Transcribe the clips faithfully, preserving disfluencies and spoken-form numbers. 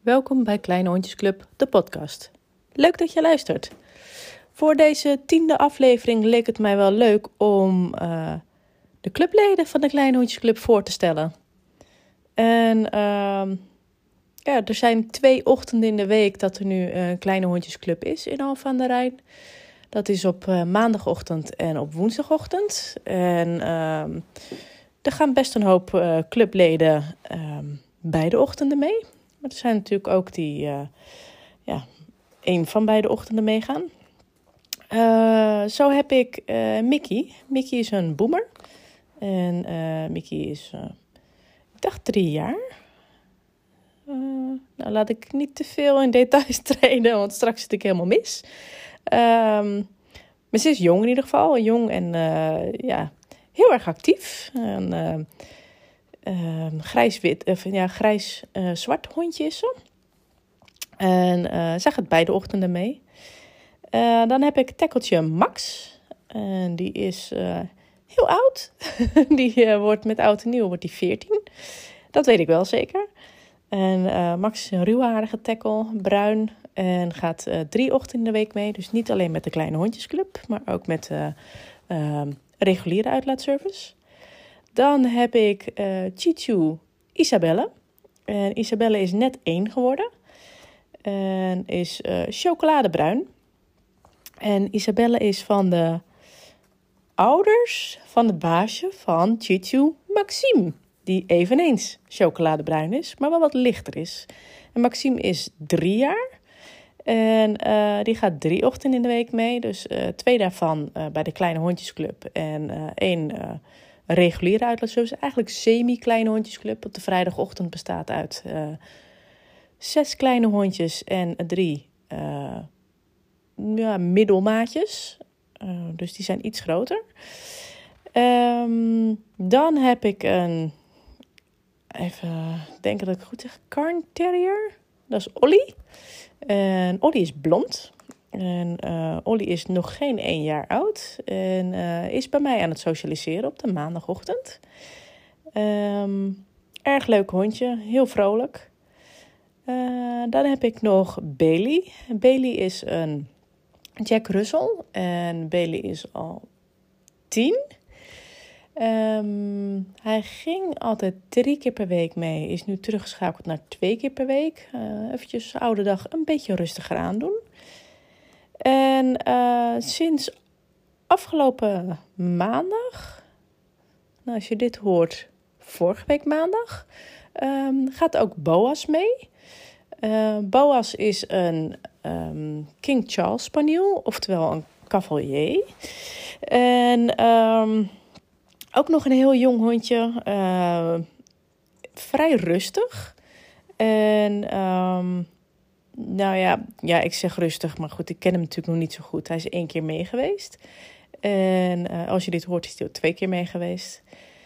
welkom bij Kleine Hondjesclub, de podcast. Leuk dat je luistert. Voor deze tiende aflevering leek het mij wel leuk om uh, de clubleden van de Kleine Hondjesclub voor te stellen. En uh, ja, er zijn twee ochtenden in de week dat er nu een Kleine Hondjesclub is in Alphen aan de Rijn. Dat is op uh, maandagochtend en op woensdagochtend. En uh, er gaan best een hoop uh, clubleden uh, beide ochtenden mee. Maar er zijn natuurlijk ook die uh, ja, één van beide ochtenden meegaan. Uh, zo heb ik uh, Mickey. Mickey is een boemer. En uh, Mickey is, uh, ik dacht drie jaar. Uh, nou, laat ik niet te veel in details treden, want straks zit ik helemaal mis. Um, maar ze is jong in ieder geval. Jong en uh, ja, heel erg actief. En, uh, um, grijs-wit, of ja, grijs-zwart uh, hondje is ze. En uh, zij gaat beide ochtenden mee. Uh, dan heb ik tekkeltje Max. En die is uh, heel oud. die uh, wordt met oud en nieuw wordt die veertien. Dat weet ik wel zeker. En uh, Max is een ruwharige tekkel, bruin. En gaat uh, drie ochtenden in de week mee. Dus niet alleen met de Kleine Hondjesclub, maar ook met uh, uh, reguliere uitlaatservice. Dan heb ik uh, Chichu Isabelle. En Isabelle is net één geworden. En is uh, chocoladebruin. En Isabelle is van de ouders van het baasje van Chichu Maxime. Die eveneens chocoladebruin is, maar wel wat lichter is. En Maxime is drie jaar. En uh, die gaat drie ochtenden in de week mee. Dus uh, twee daarvan uh, bij de Kleine Hondjesclub. En uh, één uh, reguliere uitlaatservice. Eigenlijk semi-kleine hondjesclub. Op de vrijdagochtend bestaat uit uh, zes kleine hondjes en drie uh, ja, middelmaatjes. Uh, dus die zijn iets groter. Um, dan heb ik een, even denken dat ik goed zeg, Cairn Terrier. Dat is Ollie. En Ollie is blond. En uh, Ollie is nog geen één jaar oud. En uh, is bij mij aan het socialiseren op de maandagochtend. Um, erg leuk hondje. Heel vrolijk. Uh, dan heb ik nog Bailey. Bailey is een Jack Russell. En Bailey is al tien. Um, hij ging altijd drie keer per week mee. Is nu teruggeschakeld naar twee keer per week. Uh, eventjes oude dag een beetje rustiger aandoen. En uh, sinds afgelopen maandag, nou als je dit hoort, vorige week maandag, um, gaat ook Boas mee. Uh, Boas is een um, King Charles Spaniel, oftewel een cavalier. En um, ook nog een heel jong hondje, uh, vrij rustig. En um, nou ja, ja, ik zeg rustig, maar goed, ik ken hem natuurlijk nog niet zo goed. Hij is één keer mee geweest. En uh, als je dit hoort, is hij ook twee keer mee geweest.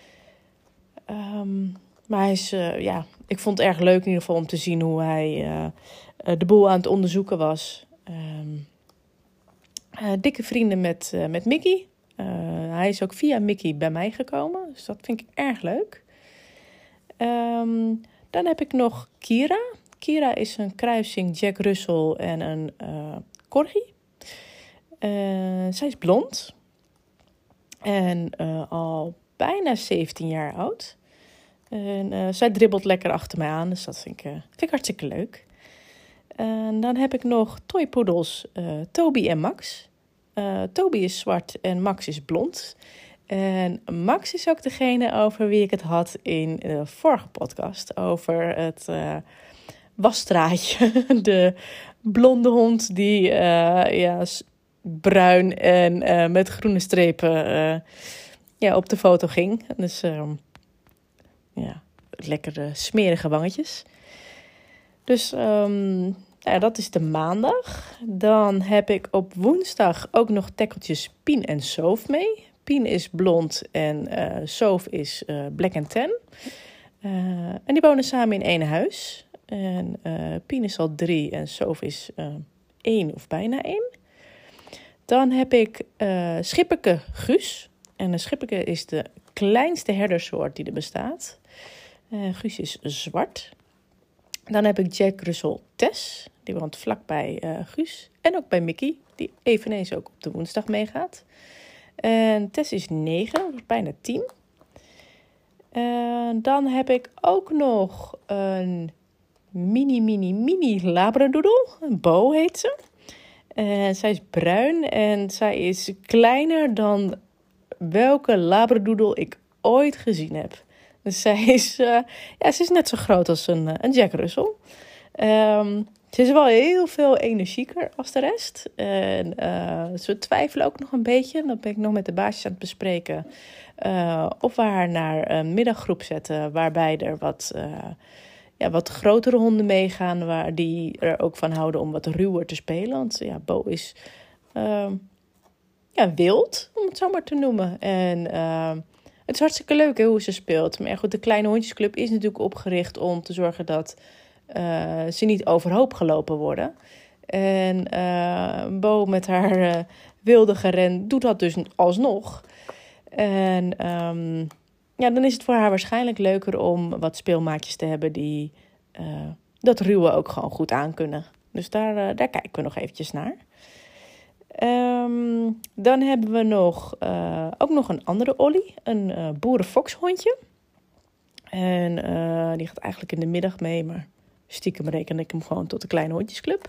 Um, maar hij is, uh, ja, ik vond het erg leuk in ieder geval om te zien hoe hij uh, de boel aan het onderzoeken was. Um, uh, dikke vrienden met, uh, met Mickey. Uh, hij is ook via Mickey bij mij gekomen, dus dat vind ik erg leuk. Um, dan heb ik nog Kira. Kira is een kruising Jack Russell en een uh, corgi. Uh, zij is blond en uh, al bijna zeventien jaar oud. En uh, zij dribbelt lekker achter mij aan, dus dat vind ik, uh, vind ik hartstikke leuk. En dan heb ik nog toypoedels uh, Toby en Max. Uh, Toby is zwart en Max is blond. En Max is ook degene over wie ik het had in de vorige podcast. Over het uh, wasstraatje. De blonde hond die uh, ja, bruin en uh, met groene strepen uh, ja, op de foto ging. Dus uh, ja, lekkere smerige wangetjes. Dus um, ja, dat is de maandag. Dan heb ik op woensdag ook nog tekkeltjes Pien en Soof mee. Pien is blond en uh, Soof is uh, black and tan. Uh, en die wonen samen in één huis. En uh, Pien is al drie en Soof is uh, één of bijna één. Dan heb ik uh, Schipperke Guus. En een Schipperke is de kleinste herdersoort die er bestaat. Uh, Guus is zwart. Dan heb ik Jack Russell Tess. Die woont vlakbij uh, Guus. En ook bij Mickey. Die eveneens ook op de woensdag meegaat. En Tess is negen. Bijna tien. Uh, dan heb ik ook nog een mini, mini, mini labradoodle. Een Bo heet ze. En zij is bruin. En zij is kleiner dan welke labradoodle ik ooit gezien heb. Dus zij is, uh, ja, ze is net zo groot als een, een Jack Russell. Um, ze is wel heel veel energieker als de rest. En uh, ze twijfelen ook nog een beetje. Dan ben ik nog met de baasjes aan het bespreken. Uh, of we haar naar een middaggroep zetten. Waarbij er wat, uh, ja, wat grotere honden meegaan. Waar die er ook van houden om wat ruwer te spelen. Want ja, Bo is uh, ja, wild, om het zo maar te noemen. En Uh, Het is hartstikke leuk hè, hoe ze speelt. Maar goed, de Kleine Hondjesclub is natuurlijk opgericht om te zorgen dat uh, ze niet overhoop gelopen worden. En uh, Bo met haar uh, wilde geren doet dat dus alsnog. En um, ja, dan is het voor haar waarschijnlijk leuker om wat speelmaatjes te hebben die uh, dat ruwe ook gewoon goed aankunnen. Dus daar, uh, daar kijken we nog eventjes naar. Um, dan hebben we nog, uh, ook nog een andere Ollie, een uh, boerenfoxhondje. En uh, die gaat eigenlijk in de middag mee, maar stiekem reken ik hem gewoon tot de Kleine Hondjesclub.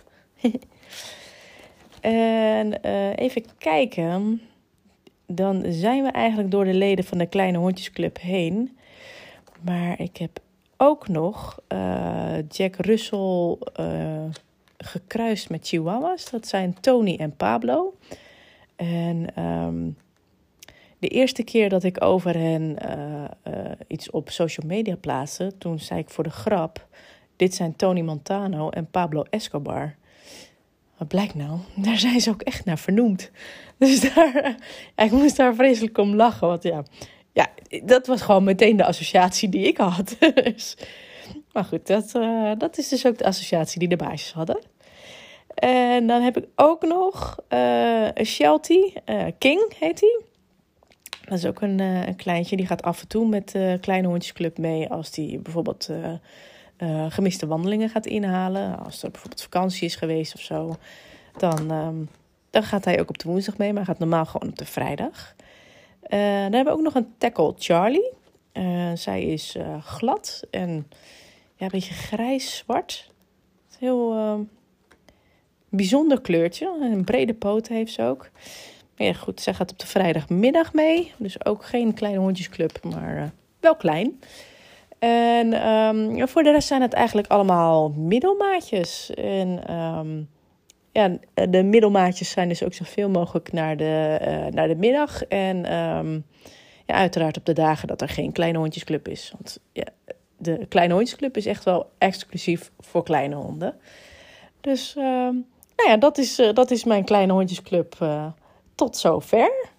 en uh, even kijken, dan zijn we eigenlijk door de leden van de Kleine Hondjesclub heen. Maar ik heb ook nog uh, Jack Russell Uh, gekruist met Chihuahuas. Dat zijn Tony en Pablo. En um, de eerste keer dat ik over hen uh, uh, iets op social media plaatste, toen zei ik voor de grap, dit zijn Tony Montano en Pablo Escobar. Wat blijkt nou? Daar zijn ze ook echt naar vernoemd. Dus daar, ja, ik moest daar vreselijk om lachen. Want ja, ja, dat was gewoon meteen de associatie die ik had. dus, maar goed, dat, uh, dat is dus ook de associatie die de baasjes hadden. En dan heb ik ook nog uh, een Sheltie, uh, King heet hij. Dat is ook een, uh, een kleintje, die gaat af en toe met de Kleine Hondjesclub mee als die bijvoorbeeld uh, uh, gemiste wandelingen gaat inhalen. Als er bijvoorbeeld vakantie is geweest of zo, dan, um, dan gaat hij ook op de woensdag mee, maar hij gaat normaal gewoon op de vrijdag. Uh, dan hebben we ook nog een Tackle Charlie. Uh, zij is uh, glad en ja, een beetje grijs-zwart. Heel Uh, bijzonder kleurtje. Een brede poot heeft ze ook. Maar ja, goed, zij gaat op de vrijdagmiddag mee. Dus ook geen Kleine Hondjesclub, maar uh, wel klein. En um, voor de rest zijn het eigenlijk allemaal middelmaatjes. En um, ja, de middelmaatjes zijn dus ook zoveel mogelijk naar de, uh, naar de middag. En um, ja, uiteraard op de dagen dat er geen Kleine Hondjesclub is. Want ja, de Kleine Hondjesclub is echt wel exclusief voor kleine honden. Dus Um, Nou ja, dat is, uh, dat is mijn Kleine Hondjesclub uh, tot zover.